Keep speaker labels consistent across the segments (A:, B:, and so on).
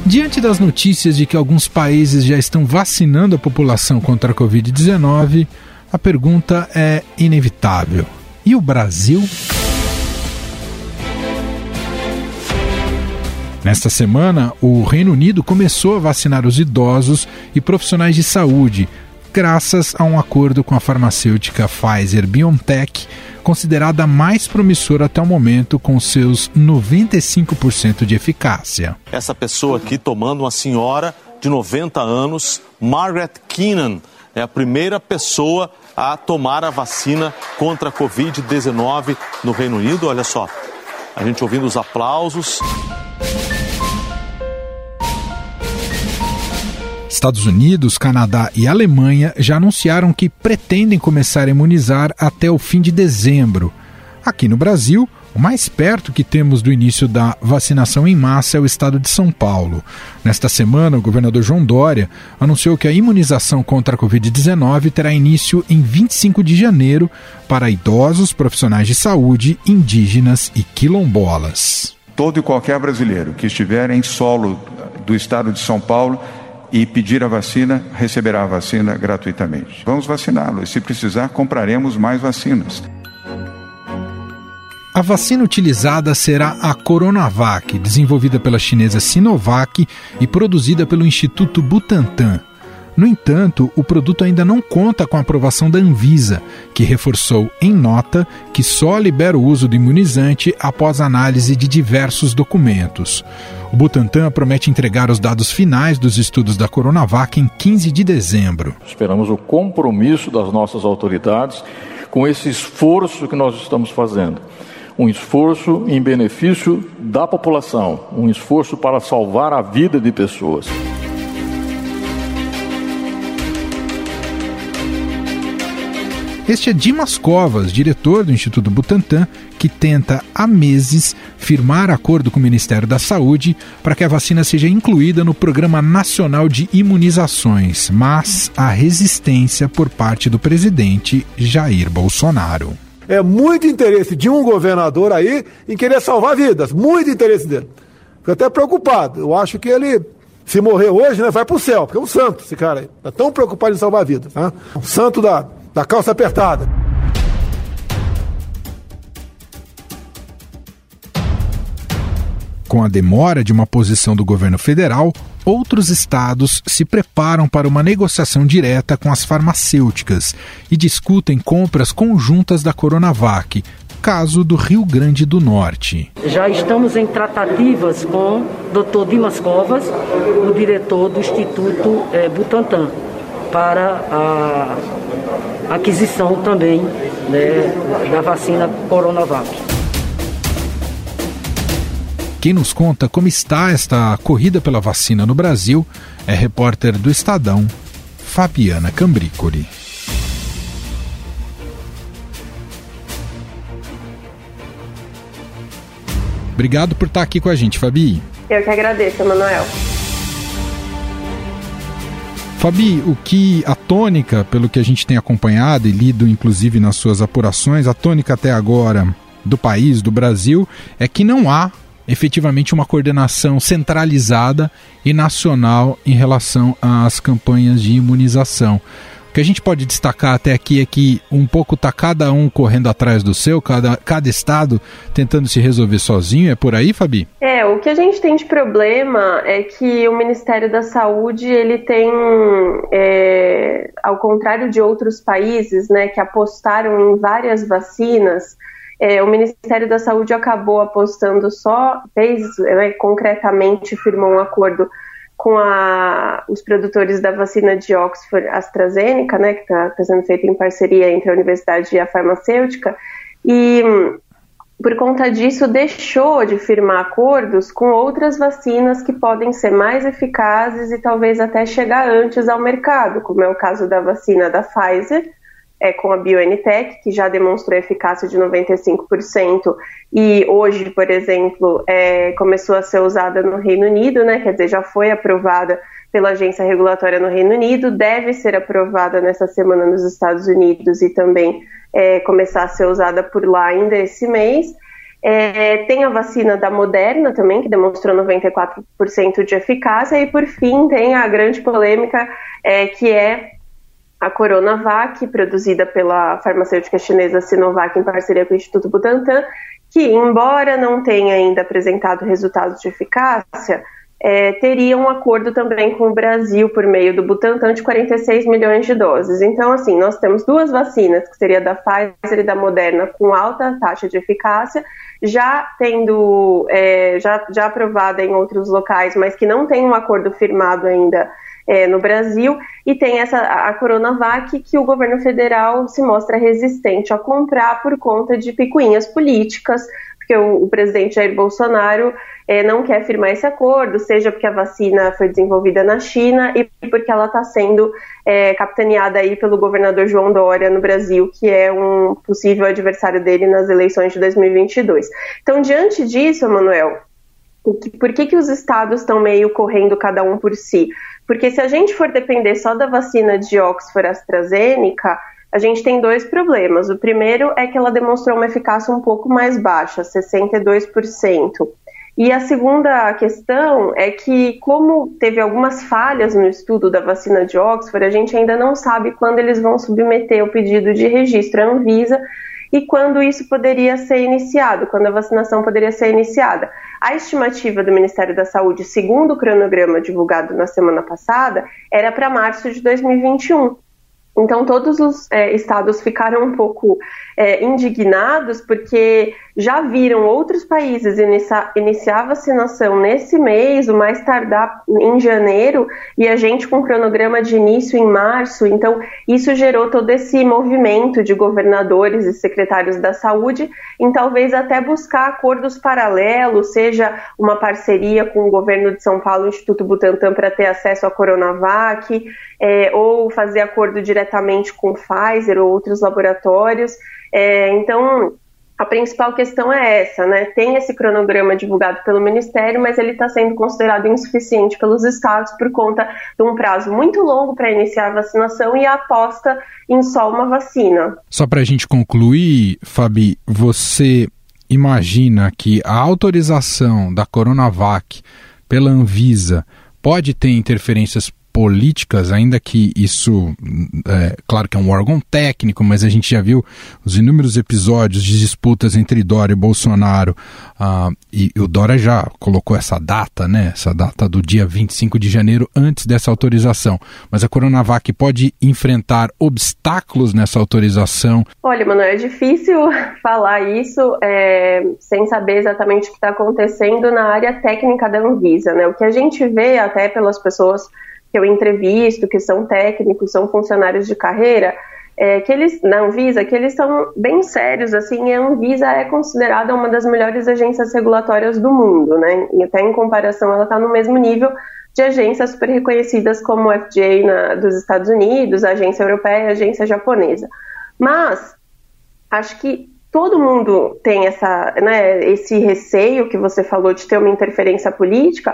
A: Diante das notícias de que alguns países já estão vacinando a população contra a Covid-19, a pergunta é inevitável. E o Brasil? Nesta semana, o Reino Unido começou a vacinar os idosos e profissionais de saúde, graças a um acordo com a farmacêutica Pfizer-BioNTech, considerada a mais promissora até o momento, com seus 95% de eficácia.
B: Essa pessoa aqui tomando, uma senhora de 90 anos, Margaret Keenan, é a primeira pessoa a tomar a vacina contra a Covid-19 no Reino Unido. Olha só, a gente ouvindo os aplausos.
A: Estados Unidos, Canadá e Alemanha já anunciaram que pretendem começar a imunizar até o fim de dezembro. Aqui no Brasil, o mais perto que temos do início da vacinação em massa é o estado de São Paulo. Nesta semana, o governador João Dória anunciou que a imunização contra a Covid-19 terá início em 25 de janeiro para idosos, profissionais de saúde, indígenas e quilombolas.
C: Todo e qualquer brasileiro que estiver em solo do estado de São Paulo e pedir a vacina, receberá a vacina gratuitamente. Vamos vaciná-lo e, se precisar, compraremos mais vacinas.
A: A vacina utilizada será a Coronavac, desenvolvida pela chinesa Sinovac e produzida pelo Instituto Butantan. No entanto, o produto ainda não conta com a aprovação da Anvisa, que reforçou em nota que só libera o uso do imunizante após análise de diversos documentos. O Butantan promete entregar os dados finais dos estudos da Coronavac em 15 de dezembro.
D: Esperamos o compromisso das nossas autoridades com esse esforço que nós estamos fazendo. Um esforço em benefício da população, um esforço para salvar a vida de pessoas.
A: Este é Dimas Covas, diretor do Instituto Butantan, que tenta há meses firmar acordo com o Ministério da Saúde para que a vacina seja incluída no Programa Nacional de Imunizações, mas há resistência por parte do presidente Jair Bolsonaro.
E: É muito interesse de um governador aí em querer salvar vidas, muito interesse dele. Fico até preocupado, eu acho que ele, se morrer hoje, vai pro céu, porque é um santo esse cara aí, tá tão preocupado em salvar vidas, né? Um santo da calça apertada.
A: Com a demora de uma posição do governo federal, outros estados se preparam para uma negociação direta com as farmacêuticas e discutem compras conjuntas da Coronavac, caso do Rio Grande do Norte.
F: Já estamos em tratativas com o Dr. Dimas Covas, o diretor do Instituto Butantan, para a aquisição também, da vacina Coronavac.
A: Quem nos conta como está esta corrida pela vacina no Brasil é a repórter do Estadão, Fabiana Cambricoli. Obrigado por estar aqui com a gente, Fabi.
G: Eu que agradeço, Emanuel.
A: Fabi, o que a tônica, pelo que a gente tem acompanhado e lido inclusive nas suas apurações, a tônica até agora do país, do Brasil, é que não há efetivamente uma coordenação centralizada e nacional em relação às campanhas de imunização. O que a gente pode destacar até aqui é que um pouco está cada um correndo atrás do seu, cada estado tentando se resolver sozinho. É por aí, Fabi?
G: O que a gente tem de problema é que o Ministério da Saúde, ele tem, ao contrário de outros países, que apostaram em várias vacinas, o Ministério da Saúde acabou apostando concretamente firmou um acordo com os produtores da vacina de Oxford AstraZeneca, que está sendo feita em parceria entre a universidade e a farmacêutica, e por conta disso deixou de firmar acordos com outras vacinas que podem ser mais eficazes e talvez até chegar antes ao mercado, como é o caso da vacina da Pfizer, com a BioNTech, que já demonstrou eficácia de 95%, e hoje, por exemplo, começou a ser usada no Reino Unido, quer dizer, já foi aprovada pela agência regulatória no Reino Unido, deve ser aprovada nessa semana nos Estados Unidos e também começar a ser usada por lá ainda esse mês. Tem a vacina da Moderna também, que demonstrou 94% de eficácia, e por fim tem a grande polêmica, que é a Coronavac, produzida pela farmacêutica chinesa Sinovac em parceria com o Instituto Butantan, que, embora não tenha ainda apresentado resultados de eficácia, teria um acordo também com o Brasil por meio do Butantan de 46 milhões de doses. Então, assim, nós temos duas vacinas, que seria da Pfizer e da Moderna, com alta taxa de eficácia, já tendo, já aprovada em outros locais, mas que não tem um acordo firmado ainda no Brasil, e tem a Coronavac, que o governo federal se mostra resistente a comprar por conta de picuinhas políticas, porque o presidente Jair Bolsonaro não quer firmar esse acordo, seja porque a vacina foi desenvolvida na China e porque ela está sendo capitaneada aí pelo governador João Dória no Brasil, que é um possível adversário dele nas eleições de 2022. Então, diante disso, Emanuel, por que os estados estão meio correndo cada um por si? Porque se a gente for depender só da vacina de Oxford AstraZeneca, a gente tem dois problemas. O primeiro é que ela demonstrou uma eficácia um pouco mais baixa, 62%. E a segunda questão é que, como teve algumas falhas no estudo da vacina de Oxford, a gente ainda não sabe quando eles vão submeter o pedido de registro à Anvisa e quando isso poderia ser iniciado, quando a vacinação poderia ser iniciada. A estimativa do Ministério da Saúde, segundo o cronograma divulgado na semana passada, era para março de 2021. Então, todos os estados ficaram um pouco indignados, porque já viram outros países iniciar a vacinação nesse mês, o mais tardar em janeiro, e a gente com cronograma de início em março. Então, isso gerou todo esse movimento de governadores e secretários da saúde em talvez até buscar acordos paralelos, seja uma parceria com o governo de São Paulo, o Instituto Butantan, para ter acesso à Coronavac, ou fazer acordo diretamente com Pfizer ou outros laboratórios. Então, a principal questão é essa, né? Tem esse cronograma divulgado pelo Ministério, mas ele está sendo considerado insuficiente pelos estados por conta de um prazo muito longo para iniciar a vacinação e a aposta em só uma vacina.
A: Só para a gente concluir, Fabi, você imagina que a autorização da Coronavac pela Anvisa pode ter interferências políticas, ainda que isso, claro que é um órgão técnico, mas a gente já viu os inúmeros episódios de disputas entre Dória e Bolsonaro, e o Dória já colocou essa data, né, essa data do dia 25 de janeiro antes dessa autorização, mas a Coronavac pode enfrentar obstáculos nessa autorização?
G: Olha, Manoel, é difícil falar isso sem saber exatamente o que está acontecendo na área técnica da Anvisa, né? O que a gente vê até pelas pessoas que eu entrevisto, que são técnicos, são funcionários de carreira, que eles, na Anvisa, que eles são bem sérios, assim, e a Anvisa é considerada uma das melhores agências regulatórias do mundo, né, e até em comparação ela está no mesmo nível de agências super reconhecidas como o FDA dos Estados Unidos, a agência europeia e a agência japonesa. Mas, acho que todo mundo tem esse receio que você falou de ter uma interferência política,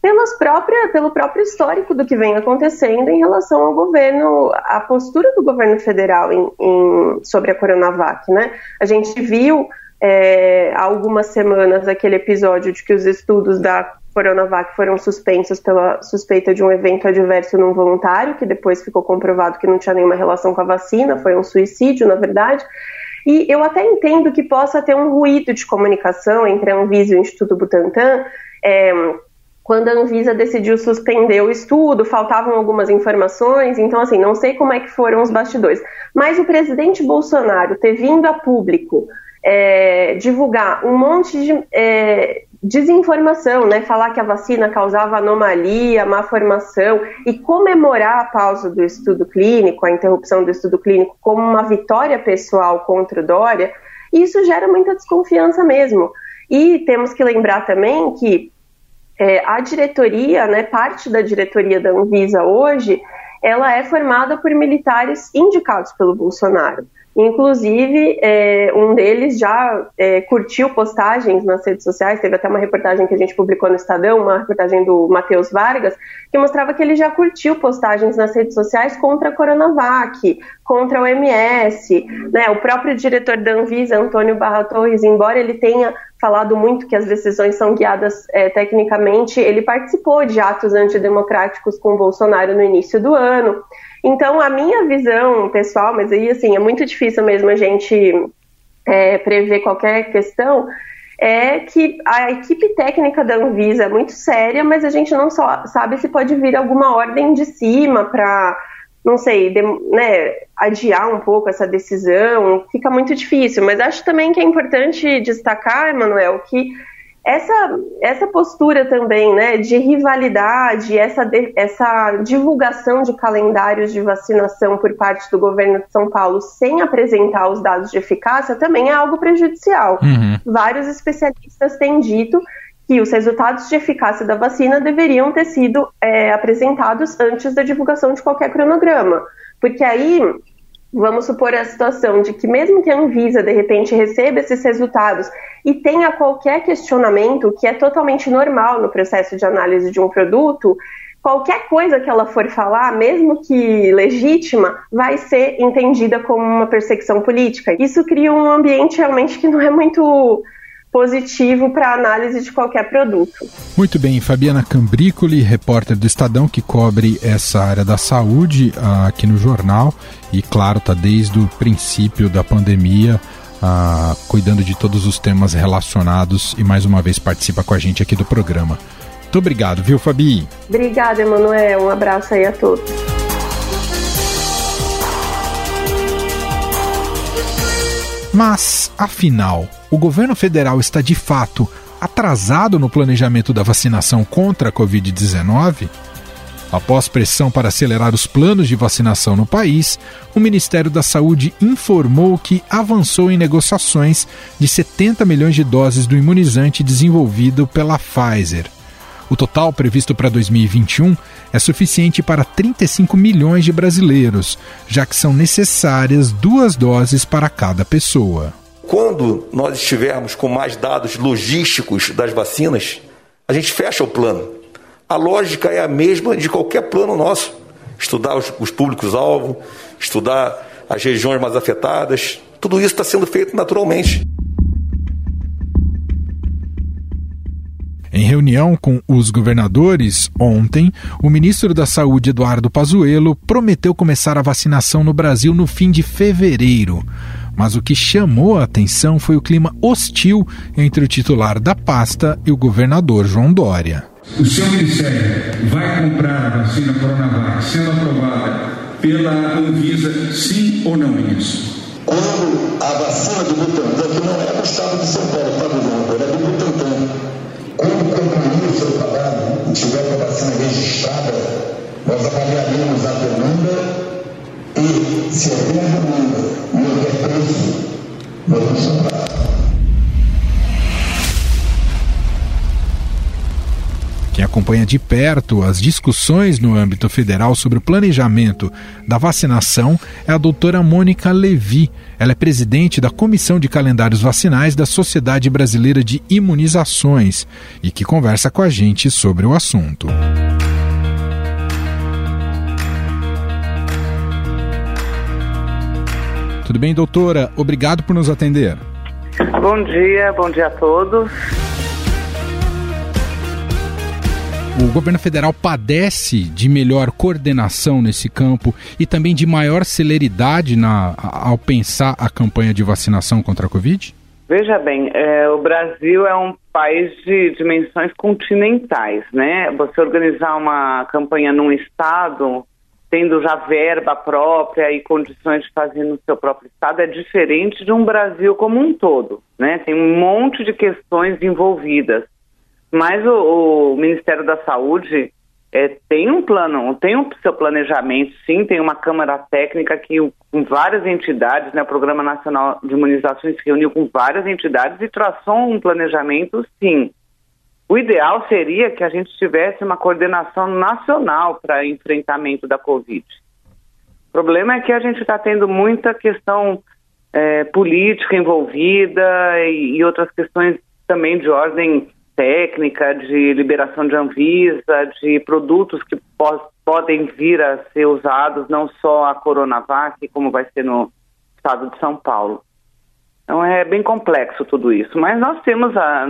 G: pelo próprio histórico do que vem acontecendo em relação ao governo, a postura do governo federal sobre a Coronavac, né? A gente viu há algumas semanas aquele episódio de que os estudos da Coronavac foram suspensos pela suspeita de um evento adverso não voluntário, que depois ficou comprovado que não tinha nenhuma relação com a vacina, foi um suicídio, na verdade. E eu até entendo que possa ter um ruído de comunicação entre a Anvisa e o Instituto Butantan, quando a Anvisa decidiu suspender o estudo, faltavam algumas informações, então, assim, não sei como é que foram os bastidores. Mas o presidente Bolsonaro ter vindo a público divulgar um monte de desinformação, né, falar que a vacina causava anomalia, má formação, e comemorar a pausa do estudo clínico, a interrupção do estudo clínico, como uma vitória pessoal contra o Dória, isso gera muita desconfiança mesmo. E temos que lembrar também que a diretoria, né, parte da diretoria da Anvisa hoje, ela é formada por militares indicados pelo Bolsonaro. Inclusive, um deles já curtiu postagens nas redes sociais. Teve até uma reportagem que a gente publicou no Estadão, uma reportagem do Matheus Vargas, que mostrava que ele já curtiu postagens nas redes sociais contra a Coronavac, contra a OMS, né? O próprio diretor da Anvisa, Antônio Barra Torres, embora ele tenha falado muito que as decisões são guiadas tecnicamente, ele participou de atos antidemocráticos com o Bolsonaro no início do ano. Então, a minha visão pessoal, mas aí, assim, é muito difícil mesmo a gente prever qualquer questão, é que a equipe técnica da Anvisa é muito séria, mas a gente não sabe se pode vir alguma ordem de cima para, não sei, adiar um pouco essa decisão. Fica muito difícil, mas acho também que é importante destacar, Emanuel, que essa postura também, né, de rivalidade, essa divulgação de calendários de vacinação por parte do governo de São Paulo sem apresentar os dados de eficácia também é algo prejudicial. Vários especialistas têm dito que os resultados de eficácia da vacina deveriam ter sido apresentados antes da divulgação de qualquer cronograma, porque aí vamos supor a situação de que mesmo que a Anvisa, de repente, receba esses resultados e tenha qualquer questionamento, que é totalmente normal no processo de análise de um produto, qualquer coisa que ela for falar, mesmo que legítima, vai ser entendida como uma perseguição política. Isso cria um ambiente realmente que não é muito positivo para a análise de qualquer produto.
A: Muito bem, Fabiana Cambrícoli, repórter do Estadão, que cobre essa área da saúde aqui no jornal e, claro, está desde o princípio da pandemia cuidando de todos os temas relacionados e, mais uma vez, participa com a gente aqui do programa. Muito obrigado, viu, Fabi?
G: Obrigada, Emanuel. Um abraço aí a todos.
A: Mas, afinal, o governo federal está de fato atrasado no planejamento da vacinação contra a Covid-19? Após pressão para acelerar os planos de vacinação no país, o Ministério da Saúde informou que avançou em negociações de 70 milhões de doses do imunizante desenvolvido pela Pfizer. O total previsto para 2021 é suficiente para 35 milhões de brasileiros, já que são necessárias 2 doses para cada pessoa.
H: Quando nós estivermos com mais dados logísticos das vacinas, a gente fecha o plano. A lógica é a mesma de qualquer plano nosso. Estudar os públicos-alvo, estudar as regiões mais afetadas, tudo isso está sendo feito naturalmente.
A: Em reunião com os governadores, ontem, o ministro da Saúde, Eduardo Pazuello, prometeu começar a vacinação no Brasil no fim de fevereiro. Mas o que chamou a atenção foi o clima hostil entre o titular da pasta e o governador João Dória.
I: O seu ministério vai comprar a vacina Coronavac sendo aprovada pela Anvisa, sim ou não, ministro?
J: Quando a vacina do Butantan, que não é do estado de São Paulo, tá, governador? É do Butantan. Quando concluir o seu trabalho e tiver com a vacina registrada, nós avaliaremos a demanda e, se houver demanda e houver preço, nós vamos comprar.
A: Quem acompanha de perto as discussões no âmbito federal sobre o planejamento da vacinação é a doutora Mônica Levi. Ela é presidente da Comissão de Calendários Vacinais da Sociedade Brasileira de Imunizações e que conversa com a gente sobre o assunto. Tudo bem, doutora? Obrigado por nos atender.
K: Bom dia a todos.
A: O governo federal padece de melhor coordenação nesse campo e também de maior celeridade ao pensar a campanha de vacinação contra a Covid?
K: Veja bem, o Brasil é um país de dimensões continentais, né? Você organizar uma campanha num estado, tendo já verba própria e condições de fazer no seu próprio estado, é diferente de um Brasil como um todo, né? Tem um monte de questões envolvidas. Mas o Ministério da Saúde tem um plano, tem o seu planejamento, sim, tem uma Câmara Técnica que com várias entidades, né, o Programa Nacional de Imunizações se reuniu com várias entidades e traçou um planejamento, sim. O ideal seria que a gente tivesse uma coordenação nacional para enfrentamento da Covid. O problema é que a gente está tendo muita questão política envolvida e outras questões também de ordem técnica, de liberação de Anvisa, de produtos que podem vir a ser usados, não só a Coronavac, como vai ser no estado de São Paulo. Então é bem complexo tudo isso, mas nós temos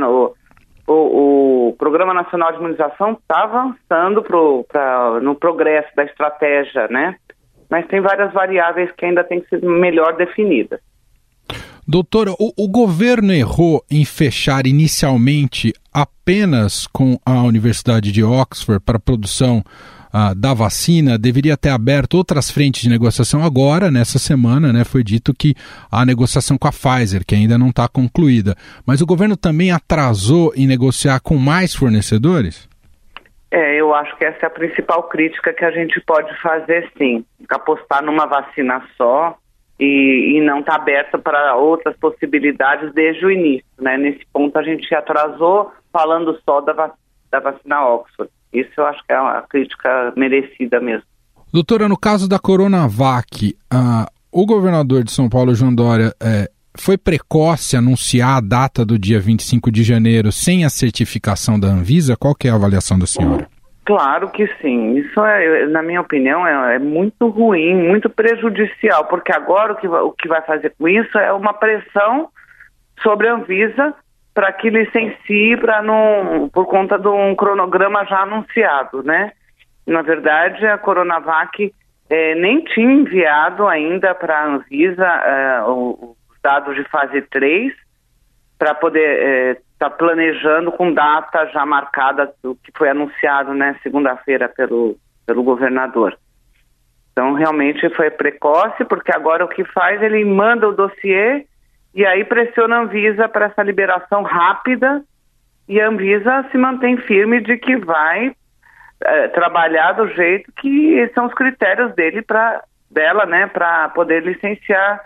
K: o Programa Nacional de Imunização está avançando no progresso da estratégia, né? Mas tem várias variáveis que ainda têm que ser melhor definidas.
A: Doutora, o governo errou em fechar inicialmente apenas com a Universidade de Oxford para a produção da vacina, deveria ter aberto outras frentes de negociação agora, nessa semana, né? Foi dito que a negociação com a Pfizer, que ainda não está concluída. Mas o governo também atrasou em negociar com mais fornecedores?
K: Eu acho que essa é a principal crítica que a gente pode fazer, sim. Apostar numa vacina só e não está aberta para outras possibilidades desde o início, né? Nesse ponto a gente atrasou falando só da vacina Oxford. Isso eu acho que é uma crítica merecida mesmo.
A: Doutora, no caso da Coronavac, o governador de São Paulo, João Dória, foi precoce anunciar a data do dia 25 de janeiro sem a certificação da Anvisa? Qual que é a avaliação da senhora?
K: Claro que sim. Isso, na minha opinião, é muito ruim, muito prejudicial, porque agora o que vai fazer com isso é uma pressão sobre a Anvisa para que licencie por conta de um cronograma já anunciado, né? Na verdade, a Coronavac nem tinha enviado ainda para a Anvisa os dados de fase 3 para poder estar planejando com data já marcada do que foi anunciado, né, segunda-feira pelo governador. Então, realmente foi precoce, porque agora o que faz, ele manda o dossiê e aí pressiona a Anvisa para essa liberação rápida, e a Anvisa se mantém firme de que vai trabalhar do jeito que são os critérios dela, né, para poder licenciar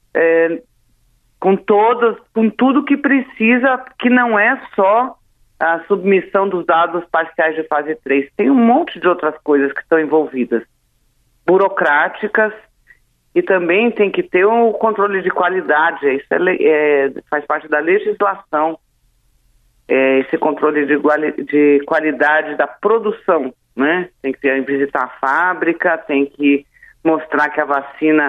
K: com tudo que precisa, que não é só a submissão dos dados parciais de fase 3. Tem um monte de outras coisas que estão envolvidas, burocráticas, e também tem que ter um controle de qualidade. Isso faz parte da legislação, esse controle de qualidade da produção, né? Tem que visitar a fábrica, tem que mostrar que a vacina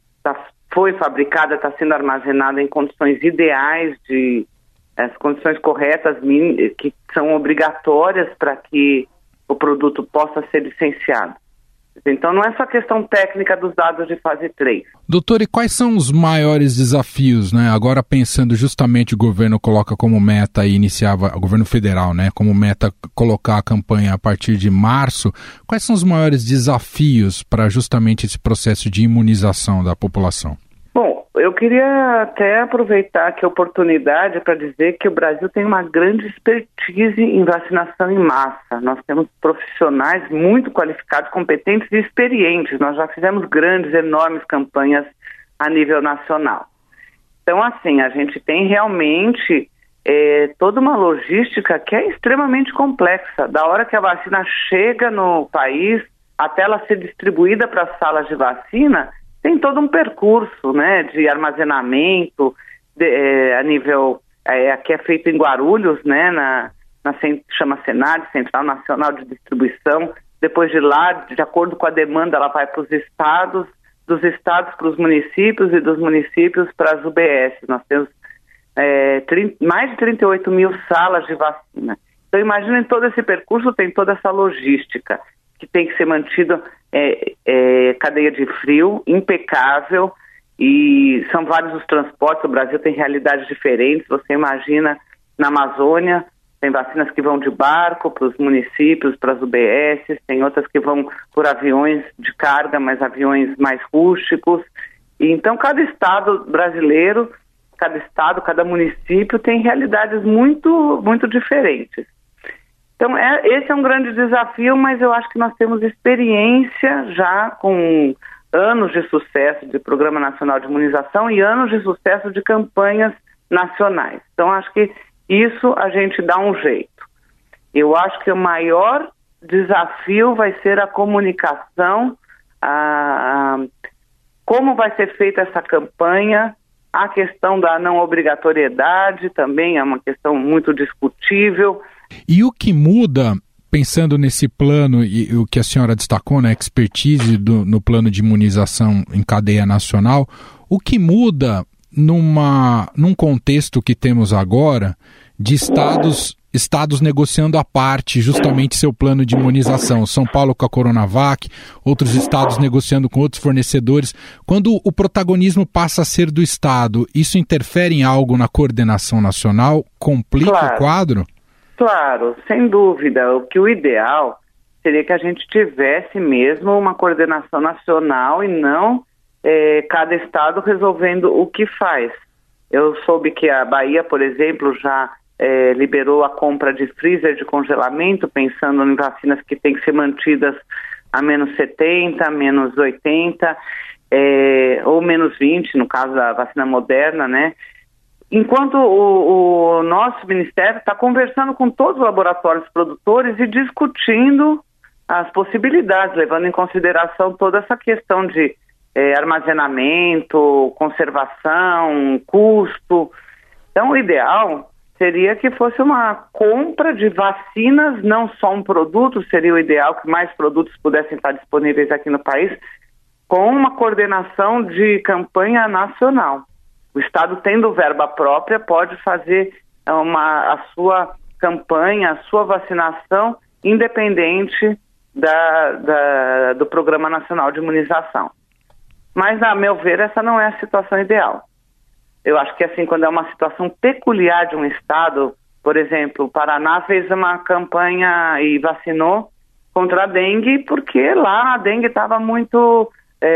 K: foi fabricada, está sendo armazenada em condições ideais, as condições corretas, que são obrigatórias para que o produto possa ser licenciado. Então não é só questão técnica dos dados de fase 3.
A: Doutor, e quais são os maiores desafios, né? Agora pensando justamente, o governo coloca como meta e o governo federal, né? Como meta colocar a campanha a partir de março. Quais são os maiores desafios para justamente esse processo de imunização da população?
K: Bom, eu queria até aproveitar aqui a oportunidade para dizer que o Brasil tem uma grande expertise em vacinação em massa. Nós temos profissionais muito qualificados, competentes e experientes. Nós já fizemos grandes, enormes campanhas a nível nacional. Então, assim, a gente tem realmente toda uma logística que é extremamente complexa. Da hora que a vacina chega no país até ela ser distribuída para as salas de vacina, tem todo um percurso, né, de armazenamento a nível, aqui é feito em Guarulhos, né, chama Senad, Central Nacional de Distribuição. Depois de lá, de acordo com a demanda, ela vai para os estados, dos estados para os municípios e dos municípios para as UBS. Nós temos mais de 38 mil salas de vacina. Então, imaginem todo esse percurso, tem toda essa logística que tem que ser mantido, cadeia de frio, impecável, e são vários os transportes. O Brasil tem realidades diferentes. Você imagina, na Amazônia, tem vacinas que vão de barco para os municípios, para as UBS, tem outras que vão por aviões de carga, mas aviões mais rústicos. E então, cada estado brasileiro, cada município tem realidades muito, muito diferentes. Então, esse é um grande desafio, mas eu acho que nós temos experiência já com anos de sucesso de Programa Nacional de Imunização e anos de sucesso de campanhas nacionais. Então, acho que isso a gente dá um jeito. Eu acho que o maior desafio vai ser a comunicação, como vai ser feita essa campanha A questão da não obrigatoriedade também é uma questão muito discutível.
A: E o que muda, pensando nesse plano, e o que a senhora destacou, né, expertise no plano de imunização em cadeia nacional, o que muda num contexto que temos agora de estados negociando à parte justamente seu plano de imunização? São Paulo com a Coronavac, outros estados negociando com outros fornecedores. Quando o protagonismo passa a ser do Estado, isso interfere em algo na coordenação nacional? Complica o quadro?
K: Claro, sem dúvida. O ideal seria que a gente tivesse mesmo uma coordenação nacional e não cada estado resolvendo o que faz. Eu soube que a Bahia, por exemplo, já liberou a compra de freezer de congelamento, pensando em vacinas que têm que ser mantidas a menos 70, menos 80, ou menos 20, no caso da vacina Moderna, né? Enquanto o nosso Ministério está conversando com todos os laboratórios produtores e discutindo as possibilidades, levando em consideração toda essa questão de armazenamento, conservação, custo. Então, o ideal seria que fosse uma compra de vacinas, não só um produto, seria o ideal que mais produtos pudessem estar disponíveis aqui no país, com uma coordenação de campanha nacional. O Estado, tendo verba própria, pode fazer a sua campanha, a sua vacinação, independente do Programa Nacional de Imunização. Mas, a meu ver, essa não é a situação ideal. Eu acho que, assim, quando é uma situação peculiar de um estado, por exemplo, o Paraná fez uma campanha e vacinou contra a dengue, porque lá a dengue estava muito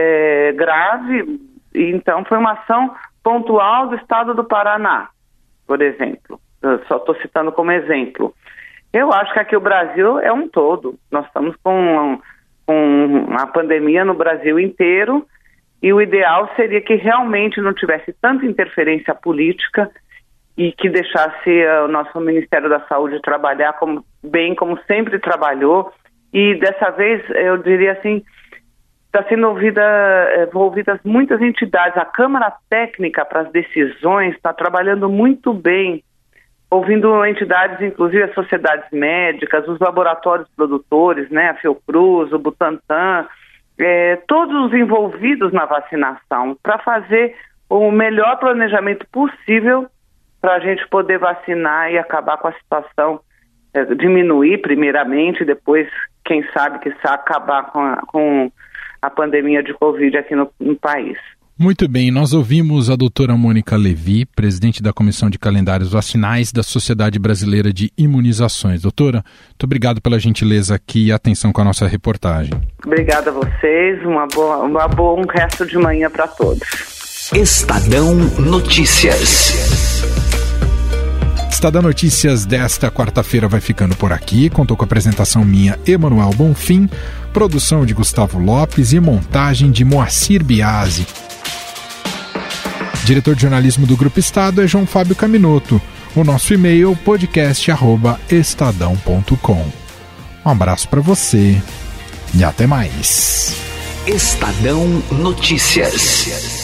K: grave, e então foi uma ação pontual do estado do Paraná, por exemplo. Eu só estou citando como exemplo. Eu acho que aqui o Brasil é um todo. Nós estamos com a pandemia no Brasil inteiro, e o ideal seria que realmente não tivesse tanta interferência política e que deixasse o nosso Ministério da Saúde trabalhar como sempre trabalhou. E dessa vez, eu diria assim, está sendo envolvidas muitas entidades. A Câmara Técnica para as Decisões está trabalhando muito bem, ouvindo entidades, inclusive as sociedades médicas, os laboratórios produtores, né, a Fiocruz, o Butantan, todos os envolvidos na vacinação, para fazer o melhor planejamento possível para a gente poder vacinar e acabar com a situação, diminuir primeiramente, depois, quem sabe, acabar com a pandemia de Covid aqui no país.
A: Muito bem, nós ouvimos a doutora Mônica Levi, presidente da Comissão de Calendários Vacinais da Sociedade Brasileira de Imunizações. Doutora, muito obrigado pela gentileza aqui e atenção com a nossa reportagem.
K: Obrigada a vocês, um resto de manhã para todos.
L: Estadão Notícias.
A: Estadão Notícias desta quarta-feira vai ficando por aqui. Contou com a apresentação minha, Emanuel Bonfim, produção de Gustavo Lopes e montagem de Moacir Biasi. Diretor de jornalismo do Grupo Estado é João Fábio Caminoto. O nosso e-mail podcast@estadão.com. Um abraço para você e até mais.
L: Estadão Notícias.